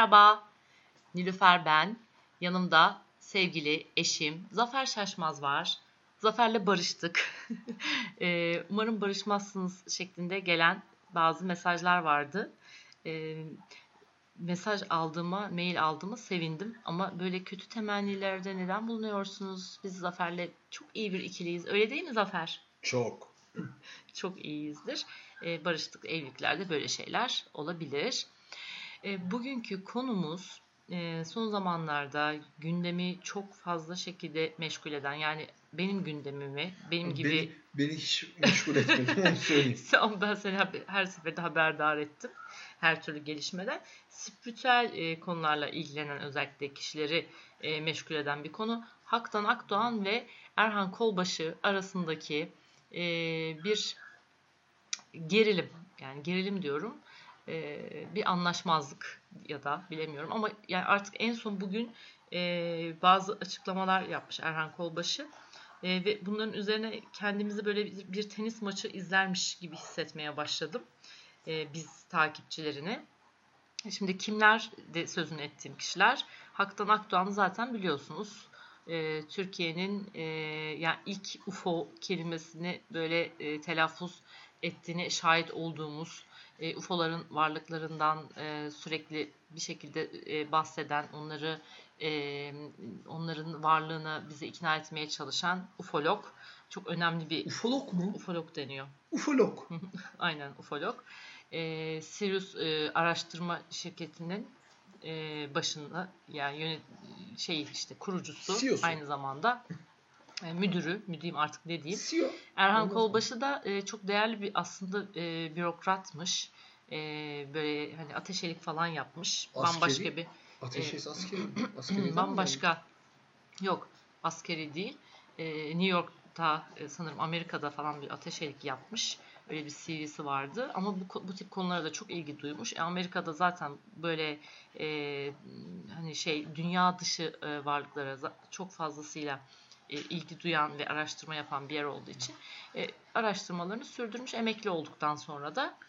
Merhaba, Nilüfer ben. Yanımda sevgili eşim Zafer Şaşmaz var. Zafer'le barıştık. Umarım barışmazsınız şeklinde gelen bazı mesajlar vardı. Mesaj aldığıma, mail aldığıma sevindim. Ama böyle kötü temennilerde neden bulunuyorsunuz? Biz Zafer'le çok iyi bir ikiliyiz. Öyle değil mi Zafer? Çok. Çok iyiyizdir. Barıştık evliliklerde böyle şeyler olabilir. Bugünkü konumuz son zamanlarda gündemi çok fazla şekilde meşgul eden, yani benim gündemimi, benim gibi... Beni hiç meşgul etmedi, onu söyleyeyim. Ben seni her seferinde haberdar ettim her türlü gelişmeden. Spiritüel konularla ilgilenen özellikle kişileri meşgul eden bir konu. Haktan Akdoğan ve Erhan Kolbaşı arasındaki bir gerilim, yani gerilim diyorum, bir anlaşmazlık ya da bilemiyorum ama yani artık en son bugün bazı açıklamalar yapmış Erhan Kolbaşı ve bunların üzerine kendimizi böyle bir tenis maçı izlermiş gibi hissetmeye başladım biz takipçilerini. Şimdi kimler de sözünü ettiğim kişiler? Haktan Akdoğan'ı zaten biliyorsunuz. Türkiye'nin yani ilk UFO kelimesini böyle telaffuz ettiğine şahit olduğumuz, UFO'ların varlıklarından sürekli bir şekilde bahseden, onların varlığına bizi ikna etmeye çalışan ufolog. Çok önemli bir... Ufolog mu? Ufolog deniyor. Ufolog. Aynen, ufolog. Sirius araştırma şirketinin başında, yani kurucusu, CEO'su. aynı zamanda müdürü diyeyim artık, ne diyeyim. CEO. Erhan Kolbaşı da çok değerli bir aslında bürokratmış. Böyle hani ateşelik falan yapmış. Askeri. Bambaşka bir askeri. bambaşka yok, askeri değil. New York'ta sanırım, Amerika'da falan bir ateşelik yapmış. Öyle bir CV'si vardı ama bu tip konulara da çok ilgi duymuş. Amerika'da zaten böyle hani dünya dışı varlıklara çok fazlasıyla ilgi duyan ve araştırma yapan bir yer olduğu için araştırmalarını sürdürmüş. Emekli olduktan sonra da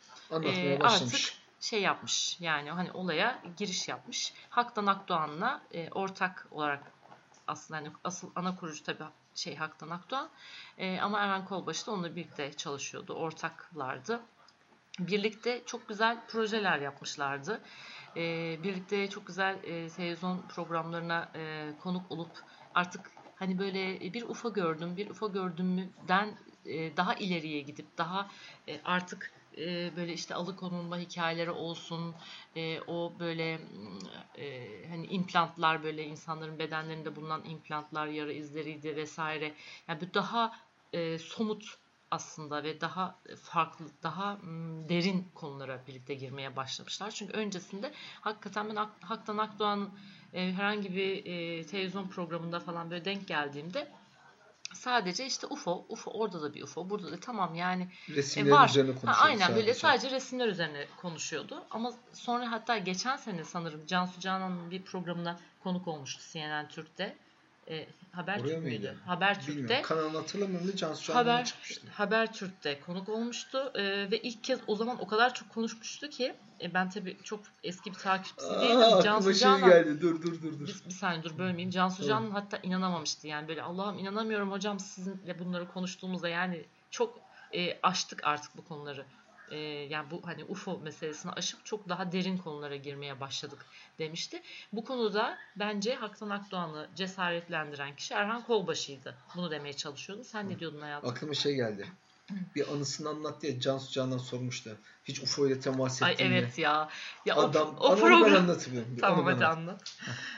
artık yapmış, yani hani olaya giriş yapmış. Haktan Akdoğan'la ortak olarak, aslında hani asıl ana kurucu tabii Haktan Akdoğan, ama Erhan Kolbaşı da onunla birlikte çalışıyordu, ortaklardı. Birlikte çok güzel projeler yapmışlardı. Birlikte çok güzel televizyon programlarına konuk olup artık hani böyle bir UFO gördüğümden daha ileriye gidip daha artık böyle işte alıkonulma hikayeleri olsun, o böyle hani implantlar, böyle insanların bedenlerinde bulunan implantlar, yara izleriydi vesaire. Yani bu daha somut aslında ve daha farklı, daha derin konulara birlikte girmeye başlamışlar. Çünkü öncesinde hakikaten ben Haktan Akdoğan'ın herhangi bir televizyon programında falan böyle denk geldiğimde sadece işte UFO orada da bir UFO, burada da, tamam yani resimlerin var. üzerine konuşuyordu. Aynen, böyle sadece resimler üzerine konuşuyordu. Ama sonra hatta geçen sene sanırım Cansu Canan'ın bir programına konuk olmuştu CNN Türk'te. Habertürk müydü? Habertürk'te. Bilmiyorum. Kanalını hatırlamıyorum da Cansu Canan'ın çıkmıştı. Habertürk'te konuk olmuştu ve ilk kez o zaman o kadar çok konuşmuştu ki ben tabii çok eski bir takipçisi değilim. Cansu Canan geldi. Dur. Bir saniye, dur, bölmeyeyim. Cansu Canan hatta inanamamıştı. Yani böyle, Allah'ım inanamıyorum hocam sizinle bunları konuştuğumuzda, yani çok aştık artık bu konuları. Yani bu hani UFO meselesini aşıp çok daha derin konulara girmeye başladık demişti. Bu konuda bence Haktan Akdoğan'ı cesaretlendiren kişi Erhan Kolbaşı'ydı. Bunu demeye çalışıyordum. Sen ne diyordun hayatım? Aklıma geldi. Bir anısını anlattı ya, Cansu Can'dan sormuştu. Hiç UFO ile temas ettin mi? Ay evet ya. Adam, o program... ben anlatayım. Tamam, hadi anlat.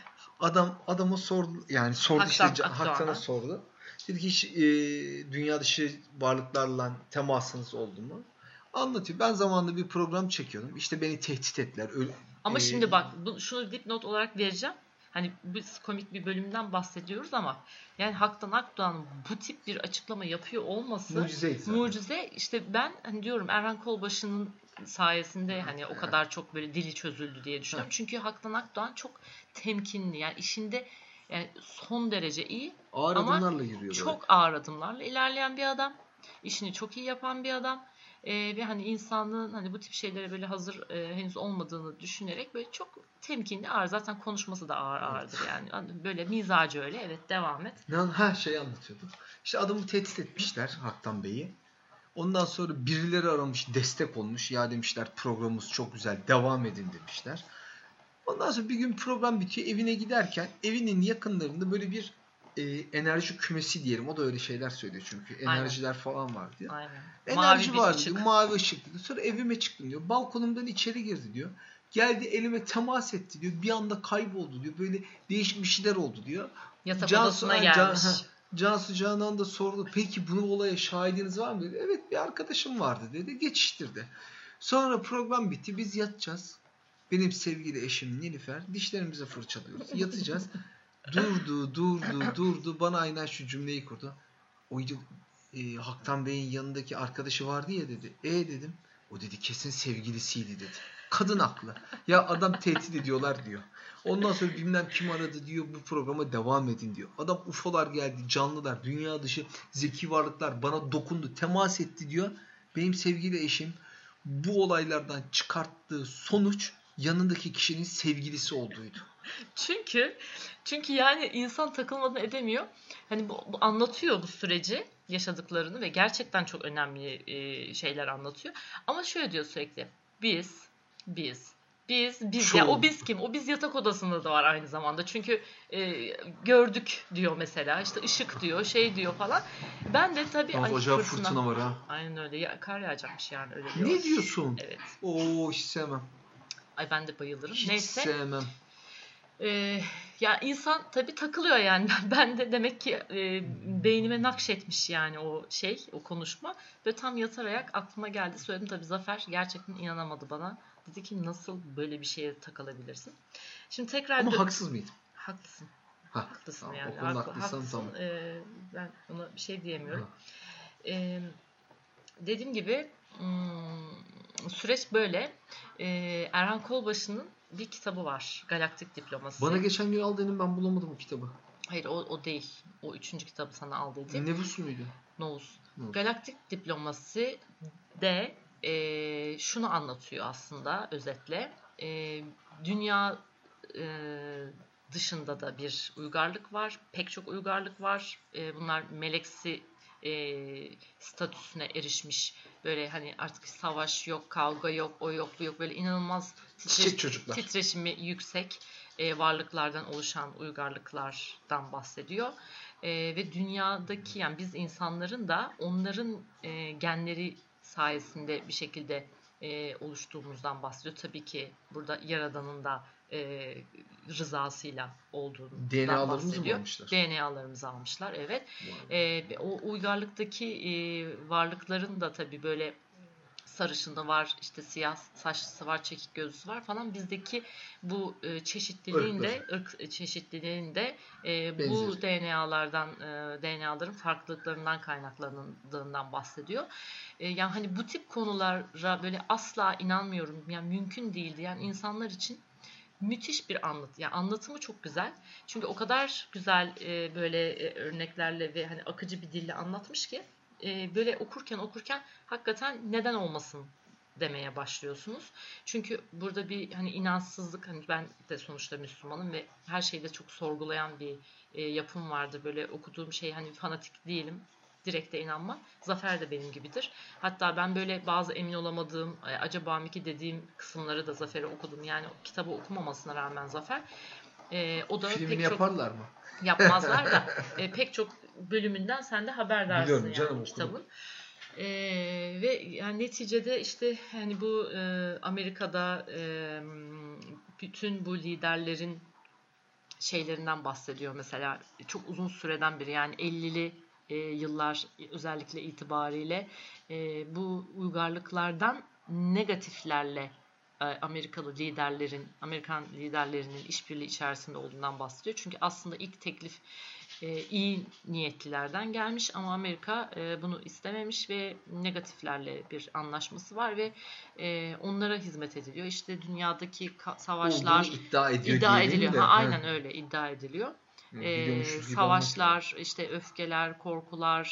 Adama sordu, yani sordu Haktan'a sordu. Dedi ki hiç dünya dışı varlıklarla temasınız oldu mu? Anlatıyor. Ben zamanında bir program çekiyordum. İşte beni tehdit ettiler. Ama şimdi bak, şunu dipnot olarak vereceğim. Hani biz komik bir bölümden bahsediyoruz ama yani Haktan Akdoğan'ın bu tip bir açıklama yapıyor olması mucize. İşte ben hani diyorum, Erhan Kolbaşı'nın sayesinde hani o kadar çok böyle dili çözüldü diye düşünüyorum. Çünkü Haktan Akdoğan çok temkinli, yani işinde yani son derece iyi, ağır ama adımlarla yürüyor. Çok ağır adımlarla ilerleyen bir adam. İşini çok iyi yapan bir adam. Ve hani insanlığın hani bu tip şeylere böyle hazır henüz olmadığını düşünerek böyle çok temkinli, ağır. Zaten konuşması da ağırdır yani. Böyle mizacı öyle. Evet, devam et. Şey anlatıyordum. İşte adamı tehdit etmişler, Haktan Bey'i. Ondan sonra birileri aramış, destek olmuş. Ya demişler, programımız çok güzel, devam edin demişler. Ondan sonra bir gün program bitiyor. Evine giderken evinin yakınlarında böyle bir enerji kümesi diyelim. O da öyle şeyler söylüyor çünkü. Enerjiler Aynen. falan var diyor. Aynen. Enerji var diyor. Mavi ışık diyor. Sonra evime çıktım diyor. Balkonumdan içeri girdi diyor. Geldi, elime temas etti diyor. Bir anda kayboldu diyor. Böyle değişik bir şeyler oldu diyor. Yatak odasına gelmiş. Cansu Canan da sordu. Peki bu olaya şahidiniz var mı dedi. Evet, bir arkadaşım vardı dedi. Geçiştirdi. Sonra program bitti. Biz yatacağız. Benim sevgili eşim Nilüfer. Dişlerimizi fırçalıyoruz. Yatacağız. Durdu. Bana aynen şu cümleyi kurdu. O Haktan Bey'in yanındaki arkadaşı vardı ya dedi. Dedim. O dedi kesin sevgilisiydi dedi. Kadın haklı. Ya adam tehdit ediyorlar diyor. Ondan sonra bilmem kim aradı diyor, bu programa devam edin diyor. Adam UFO'lar geldi, canlılar, dünya dışı zeki varlıklar bana dokundu, temas etti diyor. Benim sevgili eşim bu olaylardan çıkarttığı sonuç yanındaki kişinin sevgilisi olduğuydu. Çünkü yani insan takılmadan edemiyor. Hani bu anlatıyor bu süreci, yaşadıklarını ve gerçekten çok önemli şeyler anlatıyor. Ama şöyle diyor sürekli. Biz. Ya o biz kim? O biz yatak odasında da var aynı zamanda. Çünkü gördük diyor mesela. İşte ışık diyor, şey diyor falan. Ben de tabii fırtına var ha. Aynen öyle. Ya, kar yağacakmış yani, öyle diyor. Ne diyorsun? Evet. Hiç sevmem. Ay, ben de bayılırım. Hiç sevmem. Ya insan tabii takılıyor yani. Ben de demek ki beynime nakşetmiş yani o konuşma. Ve tam yatarak aklıma geldi. Söyledim tabii, Zafer gerçekten inanamadı bana. Dedi ki nasıl böyle bir şeye takılabilirsin? Şimdi tekrar... Ama haksız mıydım? Haklısın. Haklısın tamam, yani. haklısın. Tamam. Ben ona bir şey diyemiyorum. Dediğim gibi süreç böyle. Erhan Kolbaşı'nın bir kitabı var. Galaktik Diplomasi. Bana geçen gün al dedim, ben bulamadım o kitabı. Hayır, o değil. O 3. kitabı sana al dedim. Novus muydu? Novus. Galaktik Diplomasi de şunu anlatıyor aslında özetle. Dünya dışında da bir uygarlık var. Pek çok uygarlık var. Bunlar meleksi statüsüne erişmiş. Böyle hani artık savaş yok, kavga yok, o yok, bu yok. Böyle inanılmaz titreşimi yüksek varlıklardan oluşan uygarlıklardan bahsediyor. Ve dünyadaki, yani biz insanların da onların genleri sayesinde bir şekilde oluştuğumuzdan bahsediyor. Tabii ki burada Yaradan'ın da rızasıyla olduğundan bahsediyor. DNA'larımızı almışlar, evet. O uygarlıktaki varlıkların da tabii böyle sarışını var, işte siyah saçlısı var, çekik gözlüsü var falan. Bizdeki bu ırk çeşitliliğinin de bu DNA'ların farklılıklarından kaynaklandığından bahsediyor. Yani hani bu tip konulara böyle asla inanmıyorum. Yani mümkün değildi. Yani insanlar için müthiş bir anlatı. Yani anlatımı çok güzel. Çünkü o kadar güzel böyle örneklerle ve hani akıcı bir dille anlatmış ki böyle okurken hakikaten neden olmasın demeye başlıyorsunuz. Çünkü burada bir hani inançsızlık, hani ben de sonuçta Müslümanım ve her şeyde çok sorgulayan bir yapım vardır. Böyle okuduğum şey, hani fanatik değilim. Direkt de inanmam. Zafer de benim gibidir. Hatta ben böyle bazı emin olamadığım, acaba mı ki dediğim kısımları da Zafer'e okudum. Yani kitabı okumamasına rağmen Zafer. O da filmini yaparlar mı? Yapmazlar da pek çok bölümünden sen de haberdarsın. Biliyorum yani canım, kitabın. Ve yani neticede işte hani bu Amerika'da bütün bu liderlerin şeylerinden bahsediyor mesela, çok uzun süreden beri, yani 50'li yıllar özellikle itibariyle bu uygarlıklardan negatiflerle Amerikan liderlerinin işbirliği içerisinde olduğundan bahsediyor. Çünkü aslında ilk teklif iyi niyetlilerden gelmiş ama Amerika bunu istememiş ve negatiflerle bir anlaşması var ve onlara hizmet ediliyor. İşte dünyadaki savaşlar iddia ediliyor. Aynen öyle iddia ediliyor. Savaşlar, işte öfkeler, korkular,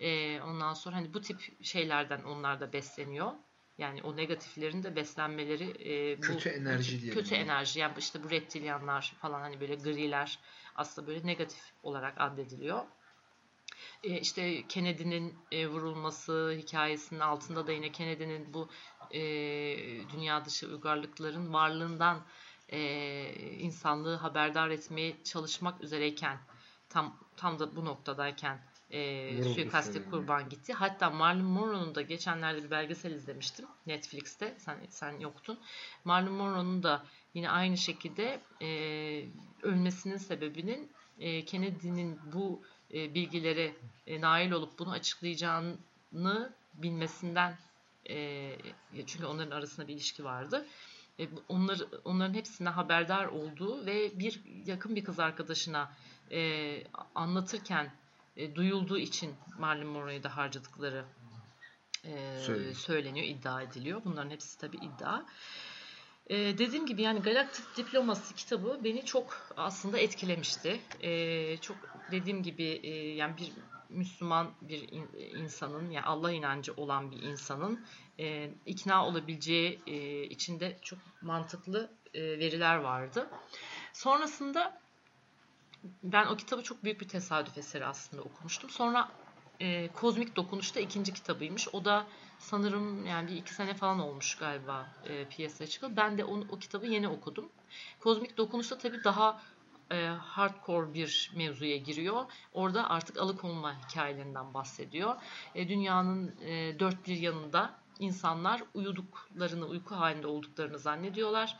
Ondan sonra hani bu tip şeylerden onlar da besleniyor. Yani o negatiflerin de beslenmeleri kötü enerji diyelim. Kötü enerji. Yani işte bu reptilyanlar falan hani böyle griler aslında böyle negatif olarak addediliyor. İşte Kennedy'nin vurulması hikayesinin altında da yine Kennedy'nin bu dünya dışı uygarlıkların varlığından insanlığı haberdar etmeye çalışmak üzereyken tam da bu noktadayken suikaste kurban gitti. Hatta Marilyn Monroe'nun da geçenlerde bir belgesel izlemiştim Netflix'te. Sen yoktun. Marilyn Monroe'nun da yine aynı şekilde ölmesinin sebebinin Kennedy'nin bu bilgilere nail olup bunu açıklayacağını bilmesinden, çünkü onların arasında bir ilişki vardı. Onların hepsine haberdar olduğu ve yakın bir kız arkadaşına anlatırken duyulduğu için Marilyn Monroe'yu da harcadıkları söyleniyor, iddia ediliyor. Bunların hepsi tabii iddia. Dediğim gibi yani Galaktik Diplomasi kitabı beni çok aslında etkilemişti. Çok dediğim gibi yani bir Müslüman bir insanın, yani Allah inancı olan bir insanın ikna olabileceği içinde çok mantıklı veriler vardı. Sonrasında ben o kitabı çok büyük bir tesadüf eseri aslında okumuştum. Sonra Kozmik Dokunuş da ikinci kitabıymış. O da sanırım yani bir 2 sene falan olmuş galiba piyasaya çıkalı. Ben de o kitabı yeni okudum. Kozmik Dokunuş'ta tabii daha hardcore bir mevzuya giriyor. Orada artık alıkonma hikayelerinden bahsediyor. Dünyanın dört bir yanında insanlar uyku halinde olduklarını zannediyorlar.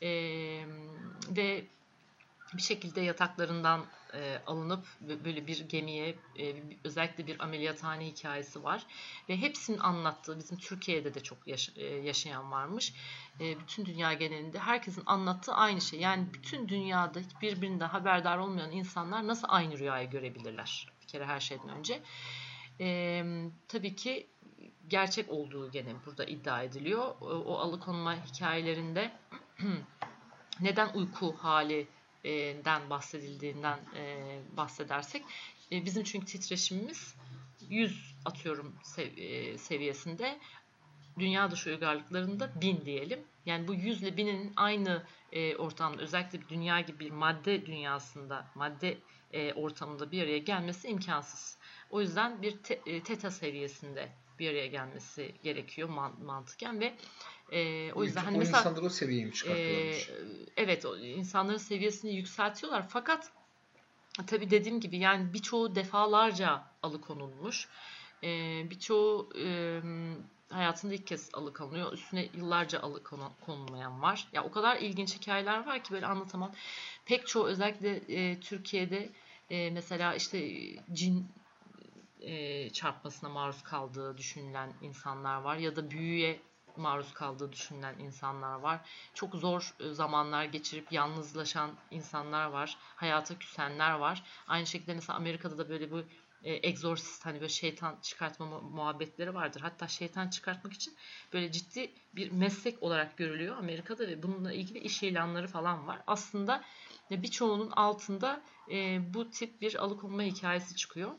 Ve bir şekilde yataklarından alınıp böyle bir gemiye, özellikle bir ameliyathane hikayesi var. Ve hepsinin anlattığı, bizim Türkiye'de de çok yaşayan varmış. Bütün dünya genelinde herkesin anlattığı aynı şey. Yani bütün dünyada birbirinden haberdar olmayan insanlar nasıl aynı rüyayı görebilirler? Bir kere her şeyden önce. Tabii ki gerçek olduğu gene burada iddia ediliyor. O alıkonma hikayelerinde neden uyku halinden bahsedildiğinden bahsedersek, bizim çünkü titreşimimiz 100 atıyorum seviyesinde, dünya dışı uygarlıklarında 1000 diyelim. Yani bu 100 ile 1000'in aynı ortamda, özellikle dünya gibi bir madde dünyasında, madde ortamında bir araya gelmesi imkansız. O yüzden bir teta seviyesinde bir araya gelmesi gerekiyor mantıken ve o yüzden hani mesela insanlar o seviyeye mi çıkartıyorlarmış? Evet, insanların seviyesini yükseltiyorlar. Fakat tabii dediğim gibi yani birçoğu defalarca alıkonulmuş. Birçoğu hayatında ilk kez alıkonuluyor. Üstüne yıllarca alıkonulmayan var. Ya o kadar ilginç hikayeler var ki böyle anlatamam. Pek çoğu özellikle Türkiye'de mesela işte cin çarpmasına maruz kaldığı düşünülen insanlar var ya da büyüye maruz kaldığı düşünülen insanlar var. Çok zor zamanlar geçirip yalnızlaşan insanlar var. Hayata küsenler var. Aynı şekilde mesela Amerika'da da böyle bu egzorsist, hani böyle şeytan çıkartma muhabbetleri vardır. Hatta şeytan çıkartmak için böyle ciddi bir meslek olarak görülüyor Amerika'da ve bununla ilgili iş ilanları falan var. Aslında birçoğunun altında bu tip bir alıkonma hikayesi çıkıyor.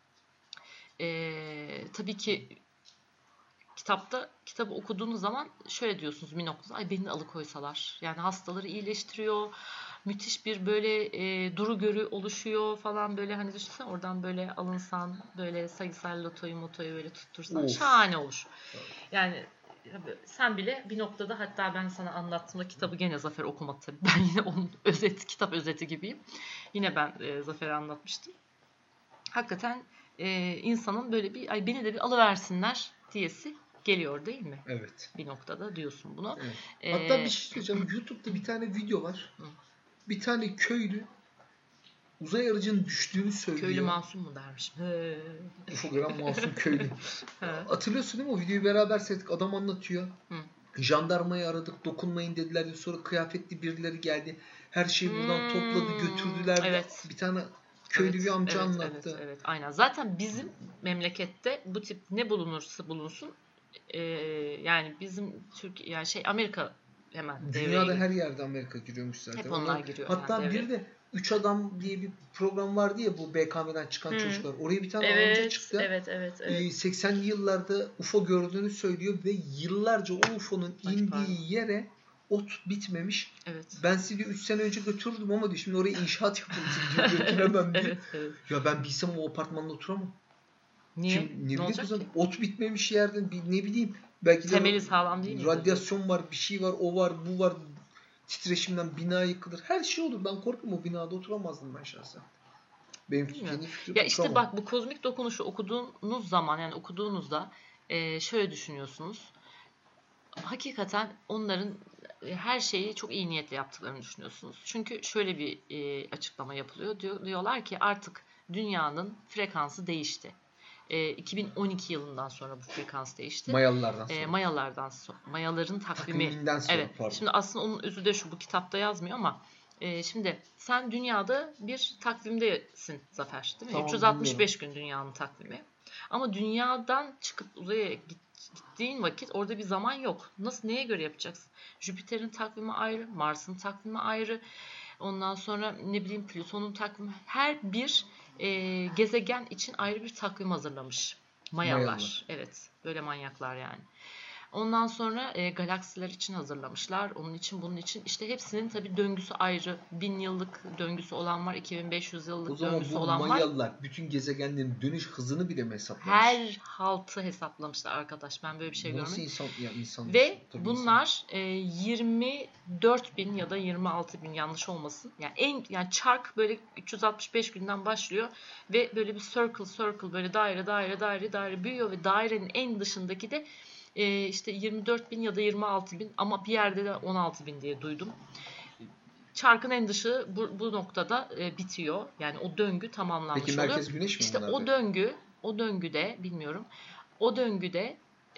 Tabii ki kitabı okuduğunuz zaman şöyle diyorsunuz bir noktada, ay beni alıkoysalar. Yani hastaları iyileştiriyor. Müthiş bir böyle duru görü oluşuyor falan, böyle hani düşünsene oradan böyle alınsan, böyle sayısal lotoyu böyle tuttursan şahane olur. Yani sen bile bir noktada, hatta ben sana anlattığımda kitabı gene Zafer okumadı tabii. Ben yine onun kitap özeti gibiyim. Yine ben Zafer'e anlatmıştım. Hakikaten insanın böyle bir ay beni de bir alıversinler diyesi geliyor değil mi? Evet. Bir noktada diyorsun bunu. Evet. Hatta bir şey söyleyeceğim. YouTube'da bir tane video var. Bir tane köylü uzay aracının düştüğünü söylüyor. Köylü masum mu dermiş? Program masum köylü. Hatırlıyorsun değil mi? O videoyu beraber seyrettik. Adam anlatıyor. Jandarmayı aradık. Dokunmayın dediler. Sonra kıyafetli birileri geldi. Her şeyi buradan topladı. Götürdüler. Evet. Bir tane köylü bir amca anlattı. Evet. Aynen. Zaten bizim memlekette bu tip ne bulunursa bulunsun, yani bizim Türkiye, yani Amerika hemen dünyada her yerde Amerika giriyormuş zaten. Hep onlar giriyor. Hatta yani bir de Üç Adam diye bir program vardı ya, bu BKM'den çıkan çocuklar. Oraya bir tane amca çıktı. Evet. 80'li yıllarda UFO gördüğünü söylüyor ve yıllarca o UFO'nun indiği yere ot bitmemiş. Evet. Ben sizi diyor 3 sene önce götürdüm ama diyor şimdi oraya inşaat yapıldı diyor, götüremem diyor. Evet. Ya ben bilsem o apartmanda oturamam. Niye? Şimdi, ne olacak kızım, ki? Ot bitmemiş yerden ne bileyim. Belki temeli sağlam değil mi? Radyasyon var, bir şey var, o var, bu var. Titreşimden bina yıkılır. Her şey olur. Ben korkuyorum, o binada oturamazdım ben şahsen. Benim kendi fikrim. Ya işte bak, bu kozmik dokunuşu okuduğunuz zaman, yani okuduğunuzda şöyle düşünüyorsunuz. Hakikaten onların her şeyi çok iyi niyetle yaptıklarını düşünüyorsunuz. Çünkü şöyle bir açıklama yapılıyor. Diyorlar ki artık dünyanın frekansı değişti. 2012 yılından sonra bu frekans değişti. Mayalılardan sonra. Mayaların takviminden sonra. Evet. Pardon. Şimdi aslında onun özü de şu, bu kitapta yazmıyor ama şimdi sen dünyada bir takvimdesin Zafer, değil mi? Tamam, 365 bilmiyorum. Gün dünyanın takvimi. Ama dünyadan çıkıp uzaya gittiğin vakit orada bir zaman yok. Neye göre yapacaksın? Jüpiter'in takvimi ayrı, Mars'ın takvimi ayrı. Ondan sonra ne bileyim Plüton'un takvimi. Her bir gezegen için ayrı bir takvim hazırlamış Mayalar. Evet, böyle manyaklar yani. Ondan sonra galaksiler için hazırlamışlar. Onun için, bunun için. İşte hepsinin tabii döngüsü ayrı. 1000 yıllık döngüsü olan var. 2500 yıllık döngüsü olan var. O zaman bu Mayalılar bütün gezegenlerin dönüş hızını bile mi hesaplamış? Her haltı hesaplamışlar arkadaş. Ben böyle bir şey görmedim. Nasıl insan? Ve bunlar 24.000 ya da 26.000, yanlış olmasın. Yani çark böyle 365 günden başlıyor ve böyle bir circle böyle daire büyüyor ve dairenin en dışındaki de işte 24.000 ya da 26.000, ama bir yerde de 16.000 diye duydum. Çarkın en dışı bu noktada bitiyor. Yani o döngü tamamlanmış oluyor. Peki merkez güneş mi? İşte o döngüde bilmiyorum. O döngüde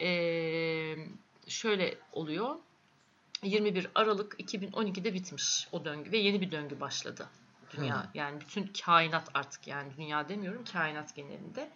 şöyle oluyor. 21 Aralık 2012'de bitmiş o döngü ve yeni bir döngü başladı. Dünya, yani bütün kainat artık, yani dünya demiyorum, kainat genelinde.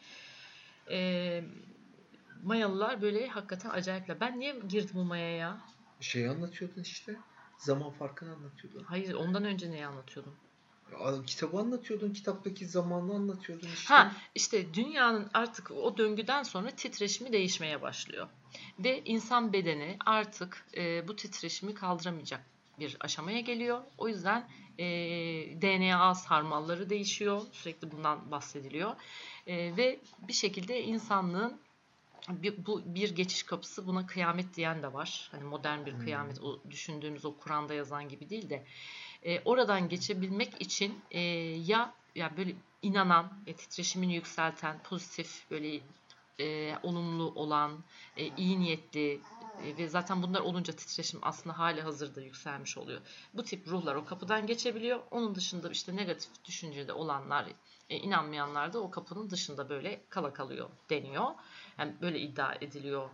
Mayalılar böyle hakikaten acayipler. Ben niye girdim bu Maya'ya? Anlatıyordun işte. Zaman farkını anlatıyordun. Hayır, ondan önce neyi anlatıyordum? Kitabı anlatıyordun. Kitaptaki zamanı anlatıyordun işte. İşte dünyanın artık o döngüden sonra titreşimi değişmeye başlıyor. Ve insan bedeni artık bu titreşimi kaldıramayacak bir aşamaya geliyor. O yüzden DNA sarmalları değişiyor. Sürekli bundan bahsediliyor. Ve bir şekilde insanlığın bu bir geçiş kapısı, buna kıyamet diyen de var. Hani modern bir kıyamet, o düşündüğümüz o Kur'an'da yazan gibi değil de oradan geçebilmek için ya böyle inanan, titreşimini yükselten, pozitif, böyle olumlu olan, iyi niyetli ve zaten bunlar olunca titreşim aslında hali hazırda yükselmiş oluyor. Bu tip ruhlar o kapıdan geçebiliyor. Onun dışında işte negatif düşüncede olanlar, inanmayanlar da o kapının dışında böyle kalıyor deniyor. Yani böyle iddia ediliyor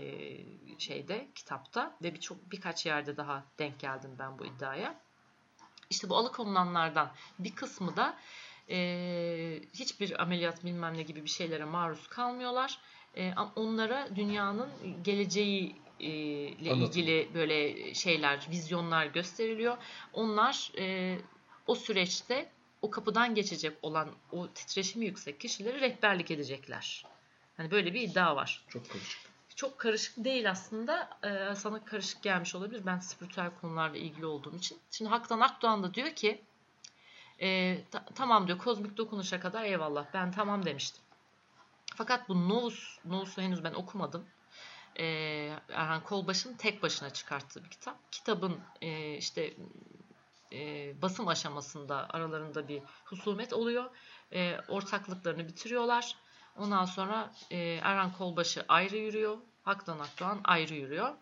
kitapta ve birkaç yerde daha denk geldim ben bu iddiaya. İşte bu alıkonulanlardan bir kısmı da hiçbir ameliyat bilmem ne gibi bir şeylere maruz kalmıyorlar. Onlara dünyanın geleceği ile ilgili böyle şeyler, vizyonlar gösteriliyor. Onlar o süreçte o kapıdan geçecek olan o titreşimi yüksek kişileri rehberlik edecekler. Hani böyle bir iddia var. Çok karışık. Çok karışık değil aslında. Sana karışık gelmiş olabilir. Ben spiritüel konularla ilgili olduğum için. Şimdi Haktan Akdoğan da diyor ki tamam diyor, kozmik dokunuşa kadar eyvallah, ben tamam demiştim. Fakat bu Novus'u henüz ben okumadım. Erhan Kolbaş'ın tek başına çıkarttığı bir kitap. Kitabın basım aşamasında aralarında bir husumet oluyor. Ortaklıklarını bitiriyorlar. Ondan sonra Erhan Kolbaşı ayrı yürüyor. Haktan Akdoğan ayrı yürüyor.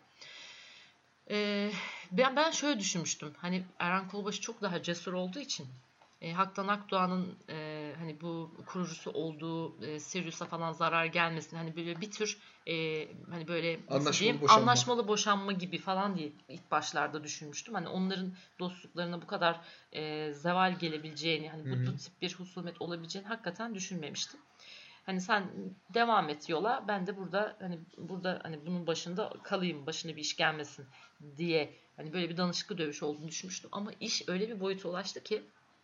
Ben şöyle düşünmüştüm. Hani Erhan Kolbaşı çok daha cesur olduğu için Haktan Akdoğan'ın hani bu kurucusu olduğu Sirius'a falan zarar gelmesin. Hani böyle bir tür hani böyle anlaşmalı boşanma gibi falan diye ilk başlarda düşünmüştüm. Hani onların dostluklarına bu kadar zeval gelebileceğini, hani bu tip bir husumet olabileceğini hakikaten düşünmemiştim. Hani sen devam et yola, ben de burada hani bunun başında kalayım, başına bir iş gelmesin diye hani böyle bir danışıklı dövüş olduğunu düşünmüştüm. Ama iş öyle bir boyuta ulaştı ki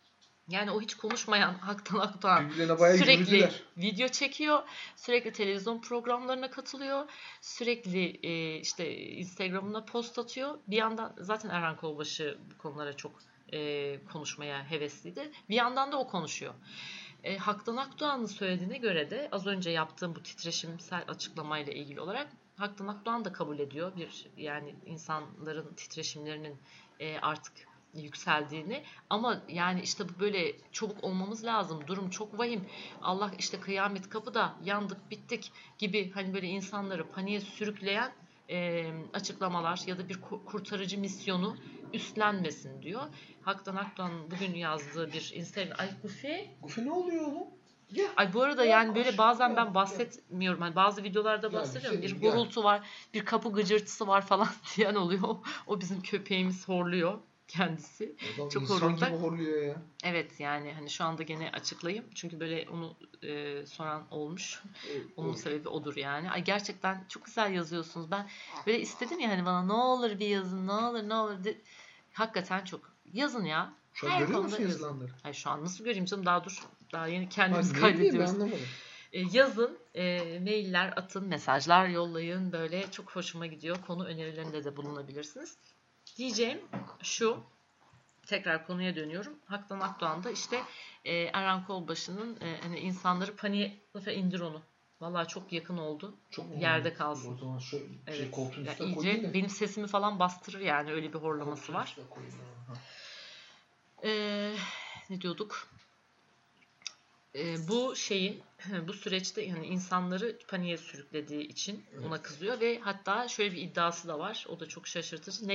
Yani o hiç konuşmayan Haktan Akdoğan Birbirlerine bayağı sürekli yürüdüler. video çekiyor, sürekli televizyon programlarına katılıyor, sürekli işte Instagram'ına post atıyor. Bir yandan zaten Erhan Kolbaşı bu konulara çok konuşmaya hevesliydi. Bir yandan da o konuşuyor. Haktan Akdoğan'ın söylediğine göre de az önce yaptığım bu titreşimsel açıklamayla ilgili olarak Haktan Akdoğan da kabul ediyor. Yani insanların titreşimlerinin artık yükseldiğini, ama yani işte bu böyle çabuk olmamız lazım, durum çok vahim, Allah işte kıyamet kapıda, yandık bittik gibi hani böyle insanları paniğe sürükleyen açıklamalar ya da bir kurtarıcı misyonu üstlenmesin diyor. Haktan Akdoğan'ın bugün yazdığı bir Instagram... Ay Gufi Ne oluyor oğlum? Ya. Ay bu arada yani böyle bazen ben bahsetmiyorum. Hani bazı videolarda bahsediyorum. Bir gurultu var, bir kapı gıcırtısı var falan diyen oluyor. O bizim köpeğimiz horluyor kendisi. Çok horlak. Gibi horluyor ya. Evet yani hani şu anda gene açıklayayım. Çünkü böyle onu soran olmuş. Onun sebebi odur yani. Ay gerçekten çok güzel yazıyorsunuz. Ben böyle istedim ya hani bana ne olur bir yazın, ne olur. Hakikaten çok. Yazın ya. Şu an görüyor musun yazılanları? Ay şu an nasıl göreyim canım, daha dur. Daha yeni kendimiz kaydediyoruz. Yazın, mailler atın, mesajlar yollayın. Böyle çok hoşuma gidiyor. Konu önerilerinde de bulunabilirsiniz. Diyeceğim şu, tekrar konuya dönüyorum. Haktan Akdoğan'da işte Erhan Kolbaşı'nın hani insanları paniğe indir onu. Vallahi çok yakın oldu. Çok yerde kalsın. O zaman şu evet. koltuğun üstüne iyice benim sesimi falan bastırır yani, öyle bir horlaması var. Ne diyorduk? Bu süreçte yani insanları paniğe sürüklediği için ona kızıyor ve hatta şöyle bir iddiası da var. O da çok şaşırtıcı.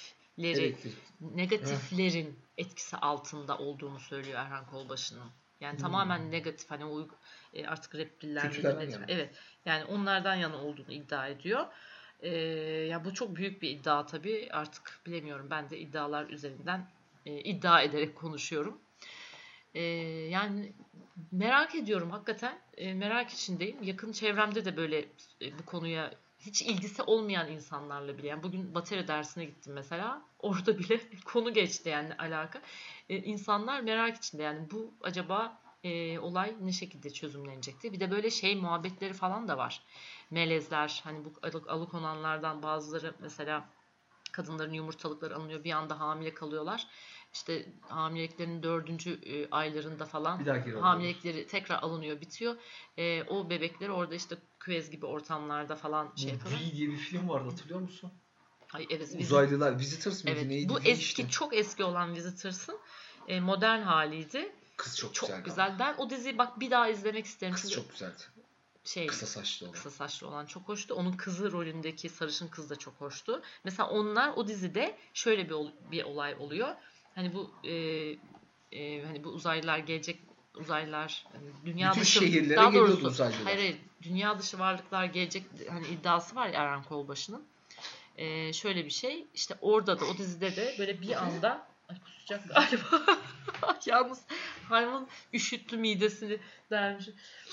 Negatiflerin etkisi altında olduğunu söylüyor Erhan Kolbaşı'nın. Yani tamamen negatif, hani artık reptiller, evet. Yani onlardan yana olduğunu iddia ediyor. Ya bu çok büyük bir iddia tabii. Artık bilemiyorum. Ben de iddialar üzerinden iddia ederek konuşuyorum. Yani merak ediyorum hakikaten. Merak içindeyim. Yakın çevremde de böyle bu konuya hiç ilgisi olmayan insanlarla bile. Yani bugün bateri dersine gittim mesela. Orada bile konu geçti yani alaka. İnsanlar merak içinde yani bu acaba olay ne şekilde çözümlenecek diye. Bir de böyle muhabbetleri falan da var. Melezler, hani bu alıkonanlardan bazıları mesela kadınların yumurtalıkları alınıyor, bir anda hamile kalıyorlar. İşte hamileliklerin 4. aylarında falan hamilelikleri tekrar alınıyor, bitiyor. O bebekleri orada işte küvez gibi ortamlarda falan yapıyorlar. V diye bir film vardı, hatırlıyor musun? Ay evet. Uzaylılar, Visitors mıydı? Evet, neydi? Bu eski çok eski olan Visitors'ın modern haliydi. Kız çok güzel. Ben o diziyi bak bir daha izlemek isterim. Kız çok güzeldi. Kısa saçlı olan çok hoştu. Onun kızı rolündeki sarışın kız da çok hoştu. Mesela o dizide şöyle bir olay oluyor. Hani bu hani bu uzaylılar gelecek, hani dünya bütün dışı, şehirlere daha doğrusu geliyordu uzaylılar. Hayır, dünya dışı varlıklar gelecek hani iddiası var ya Erhan Kolbaşı'nın. Şöyle bir şey. İşte orada da o dizide de böyle bir anda kusacak galiba. Yalnız hayvan üşüttü midesini dermiş.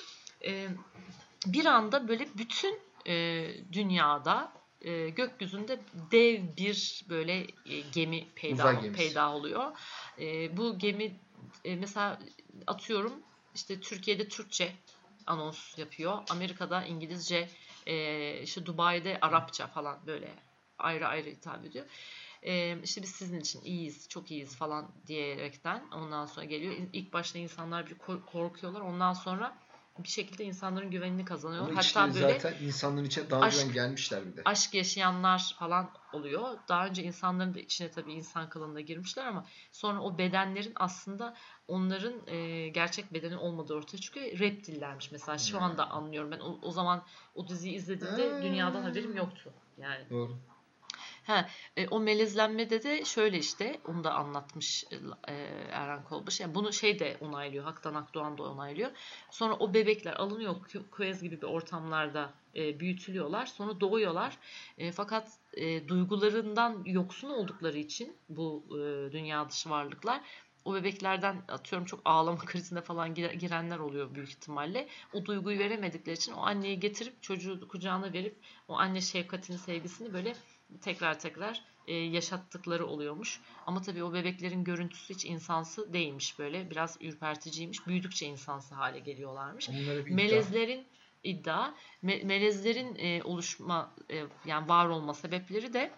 Bir anda böyle bütün dünyada gökyüzünde dev bir böyle gemi peydah oluyor. Bu gemi mesela atıyorum işte Türkiye'de Türkçe anons yapıyor. Amerika'da İngilizce, işte Dubai'de Arapça falan böyle ayrı ayrı hitap ediyor. İşte biz sizin için iyiyiz, çok iyiyiz falan diyerekten ondan sonra geliyor. İlk başta insanlar bir korkuyorlar. Ondan sonra bir şekilde insanların güvenini kazanıyorlar. Hatta böyle zaten insanların içine daha önceden gelmişler bir de. Aşk yaşayanlar falan oluyor. Daha önce insanların da içine tabii insan kılığında girmişler ama sonra o bedenlerin aslında onların gerçek bedeni olmadığı ortaya çıkıyor. Reptillermiş mesela. Şu anda anlıyorum. Ben o zaman o diziyi izlediğimde dünyadan haberim yoktu. Yani. Doğru. O melezlenmede de şöyle işte onu da anlatmış Erhan Kolbaşı. Yani bunu de onaylıyor. Haktan Akdoğan da onaylıyor. Sonra o bebekler alınıyor, küvez gibi bir ortamlarda büyütülüyorlar. Sonra doğuyorlar. Fakat duygularından yoksun oldukları için bu dünya dışı varlıklar o bebeklerden atıyorum çok ağlama krizine falan girenler oluyor büyük ihtimalle. O duyguyu veremedikleri için o anneyi getirip çocuğu kucağına verip o anne şefkatini, sevgisini böyle tekrar yaşattıkları oluyormuş. Ama tabii o bebeklerin görüntüsü hiç insansı değilmiş böyle. Biraz ürperticiymiş. Büyüdükçe insansı hale geliyorlarmış. Melezlerin iddia. Melezlerin oluşma yani var olma sebepleri de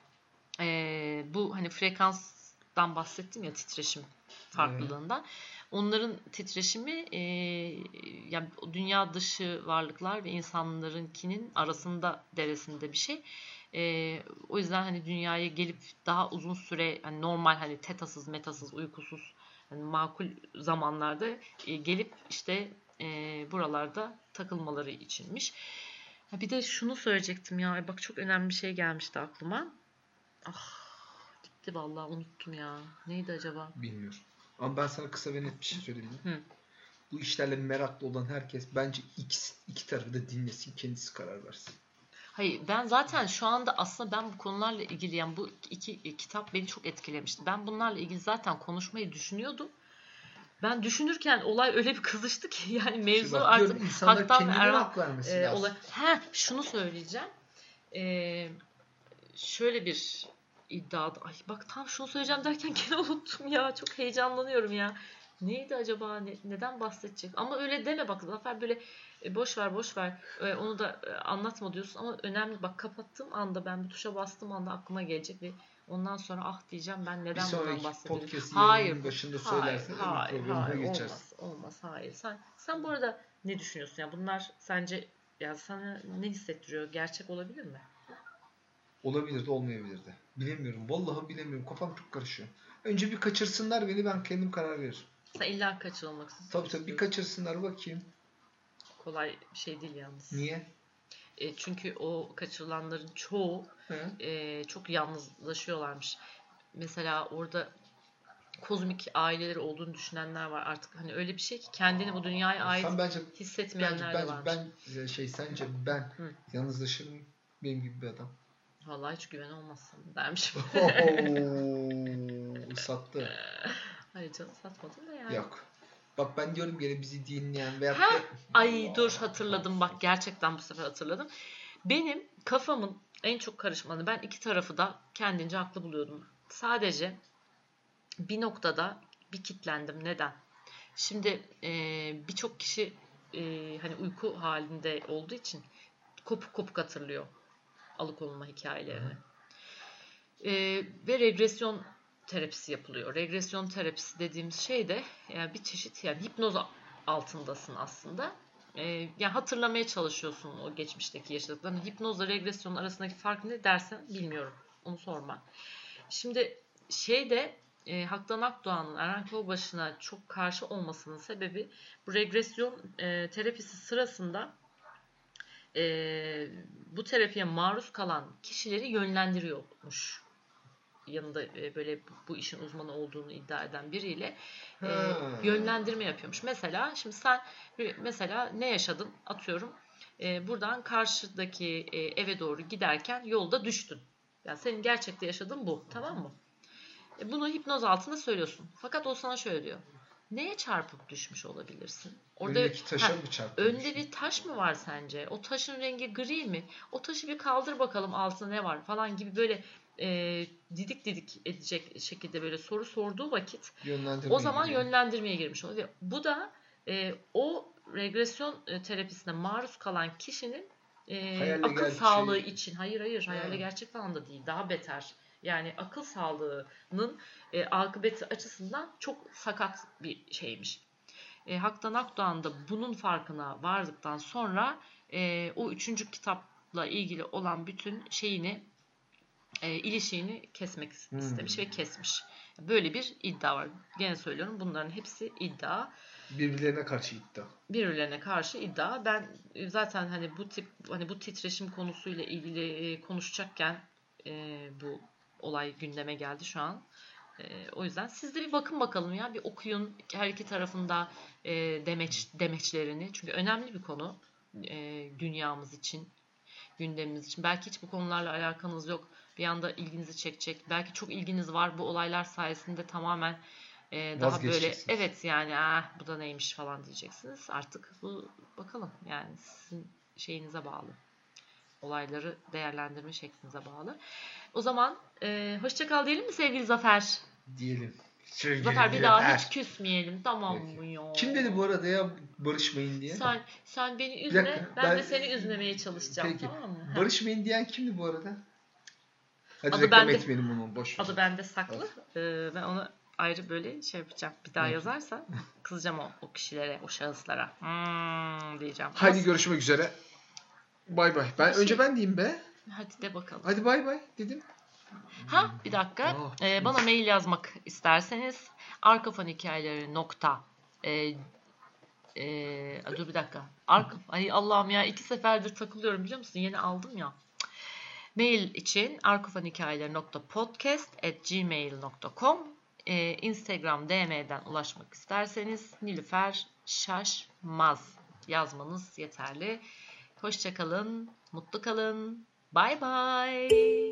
bu hani frekanstan bahsettim ya, titreşim farklılığından. Onların titreşimi yani dünya dışı varlıklar ve insanlarınkinin arasında, deresinde bir şey. O yüzden hani dünyaya gelip daha uzun süre hani normal hani tetasız, metasız, uykusuz hani makul zamanlarda gelip işte buralarda takılmaları içinmiş. Bir de şunu söyleyecektim ya. Bak çok önemli bir şey gelmişti aklıma. Gitti vallahi, unuttum ya. Neydi acaba? Bilmiyorum. Ama ben sana kısa ve net bir şey söyleyeyim. Bu işlerle meraklı olan herkes bence iki tarafı da dinlesin, kendisi karar versin. Hayır, ben zaten şu anda aslında ben bu konularla ilgili yani bu iki kitap beni çok etkilemişti. Ben bunlarla ilgili zaten konuşmayı düşünüyordum. Ben düşünürken olay öyle bir kızıştı ki yani mevzu artık haktan hak vermesi lazım. Şunu söyleyeceğim. Şöyle bir iddiada. Ay bak tam şunu söyleyeceğim derken gene unuttum ya. Çok heyecanlanıyorum ya. Neydi acaba? Neden bahsedecek? Ama öyle deme bak Zafer, böyle boş ver. Onu da anlatma diyorsun ama önemli. Bak kapattığım anda, ben bir tuşa bastığım anda aklıma gelecek ve ondan sonra diyeceğim ben neden bundan bahsediyorum. Bir sonraki podcast'ın başında söylersen programına geçersin. Olmaz. Hayır. Sen bu arada ne düşünüyorsun? Yani bunlar sence ya sana ne hissettiriyor? Gerçek olabilir mi? Olabilir de olmayabilir de. Bilemiyorum. Vallahi bilemiyorum. Kafam çok karışıyor. Önce bir kaçırsınlar beni, ben kendim karar veririm. Sen illa kaçırılmak istiyorsun. Tabii bir kaçırsınlar bakayım. Kolay bir şey değil yalnız. Niye? Çünkü o kaçırılanların çoğu çok yalnızlaşıyorlarmış. Mesela orada kozmik aileleri olduğunu düşünenler var. Artık hani öyle bir şey ki kendini bu dünyaya ait hissetmeyenler de varmış. Sence ben yalnızlaşır mıyım? Benim gibi bir adam. Vallahi hiç güven olmazsın dermişim. Sattı. Hayır canım, satmadım da yani. Yok. Bak ben diyorum gene bizi dinleyen veyahut da... Ay dur, hatırladım bak, gerçekten bu sefer hatırladım. Benim kafamın en çok karışmanı, ben iki tarafı da kendince haklı buluyordum. Sadece bir noktada bir kitlendim. Neden? Şimdi birçok kişi hani uyku halinde olduğu için kopuk hatırlıyor alıkonulma hikayelerini. Ve regresyon terapisi yapılıyor. Regresyon terapisi dediğimiz şey de yani bir çeşit, yani hipnoz altındasın aslında. Yani hatırlamaya çalışıyorsun o geçmişteki yaşadıklarını. Hipnozla regresyonun arasındaki fark ne dersen bilmiyorum. Onu sorma. Şimdi Haktan Akdoğan'ın Eren Kolbaşı'na çok karşı olmasının sebebi bu regresyon terapisi sırasında bu terapiye maruz kalan kişileri yönlendiriyormuş. Yanında böyle bu işin uzmanı olduğunu iddia eden biriyle yönlendirme yapıyormuş. Mesela şimdi sen mesela ne yaşadın? Atıyorum buradan karşıdaki eve doğru giderken yolda düştün. Yani senin gerçekte yaşadığın bu, tamam mı? Bunu hipnoz altında söylüyorsun. Fakat o sana şöyle diyor. Neye çarpıp düşmüş olabilirsin? Öndeki taşa mı çarptın? Önde bir taş mı var sence? O taşın rengi gri mi? O taşı bir kaldır bakalım, altında ne var falan gibi böyle didik edecek şekilde böyle soru sorduğu vakit o zaman yönlendirmeye girmiş oluyor. Bu da o regresyon terapisine maruz kalan kişinin akıl sağlığı için, hayır hayalle gerçek falan da değil, daha beter. Yani akıl sağlığının akıbeti açısından çok sakat bir şeymiş. Haktan Akdoğan da bunun farkına vardıktan sonra o 3. kitapla ilgili olan bütün ilişiğini kesmek istemiş ve kesmiş. Böyle bir iddia var. Gene söylüyorum, bunların hepsi iddia. Birbirlerine karşı iddia. Ben zaten hani bu titreşim konusuyla ilgili konuşacakken bu olay gündeme geldi şu an. O yüzden siz de bir bakın bakalım ya. Bir okuyun her iki tarafında demeçlerini. Çünkü önemli bir konu dünyamız için, gündemimiz için. Belki hiç bu konularla alakanız yok. Bir anda ilginizi çekecek. Belki çok ilginiz var. Bu olaylar sayesinde tamamen Daha böyle evet yani bu da neymiş falan diyeceksiniz. Artık bu bakalım yani sizin şeyinize bağlı. Olayları değerlendirme şeklinize bağlı. O zaman hoşça kal diyelim mi sevgili Zafer? Diyelim. Zafer bir daha hiç küsmeyelim, tamam mı ya? Kim dedi bu arada ya barışmayın diye? Sen beni üzme, dakika, ben de seni üzmemeye çalışacağım. Peki. Tamam mı? Barışmayın diyen kimdi bu arada? Hadi adı reklam etmeyelim onu, boş ver. Adı bende saklı. Ben onu ayrı böyle şey yapacağım. Bir daha yazarsa kızacağım o kişilere, o şahıslara. Diyeceğim. Hadi görüşmek üzere. Bay bay. Önce ben diyeyim be. Hadi de bakalım. Hadi bay bay dedim. Bir dakika. Bana mail yazmak isterseniz arkafonhikayeleri nokta dur bir dakika. Ay Allah'ım ya 2 seferdir takılıyorum biliyor musun? Yeni aldım ya. Mail için arkafonhikayeleri.podcast@gmail.com Instagram DM'den ulaşmak isterseniz Nilüfer Şaşmaz yazmanız yeterli. Hoşça kalın, mutlu kalın. Bye bye.